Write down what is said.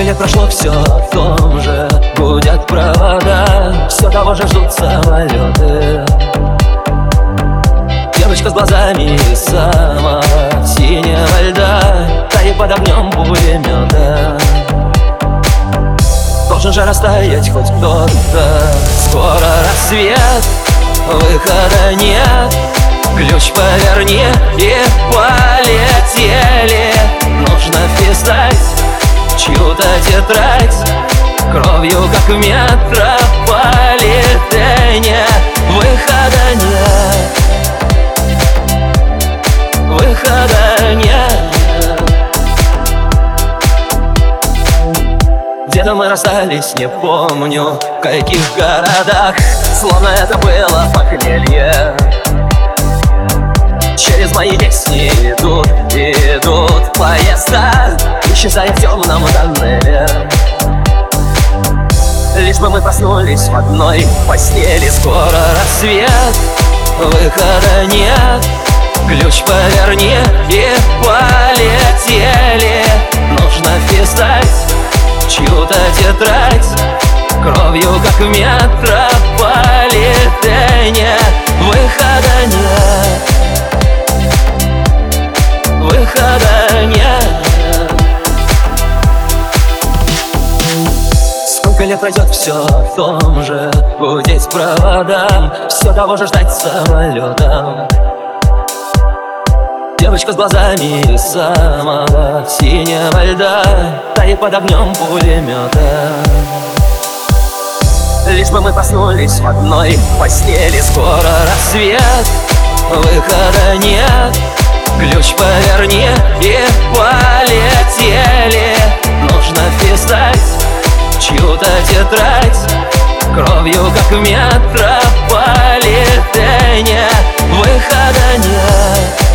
Сколько лет прошло, все о том же. Гудят провода, все того же ждут самолеты. Девочка с глазами самого синего льда тает под огнем пулемета. Должен же растаять хоть кто-то. Скоро рассвет, выхода нет. Ключ поверни и полетели. Нужно писать чью-то тетрадь кровью, как в метрополитене. Выхода нет, выхода нет. Где-то мы расстались, не помню в каких городах. Словно это было похмелье. Через мои песни идут поезда, исчезая в темном тоннеле. Лишь бы мы проснулись в одной постели. Скоро рассвет, выхода нет. Ключ поверни и полетели. Нужно писать чью-то тетрадь кровью, как в метрополитене. Выхода нет, выхода нет. Сколько лет пройдет, все о том же. Гудеть проводам, все того же ждать самолетом. Девочка с глазами самого синего льда тает под огнем пулемета. Лишь бы мы проснулись в одной постели. Скоро рассвет, выхода нет. Ключ поверни и полетели. Нужно писать чью-то тетрадь кровью, как в метрополитене. Выхода нет,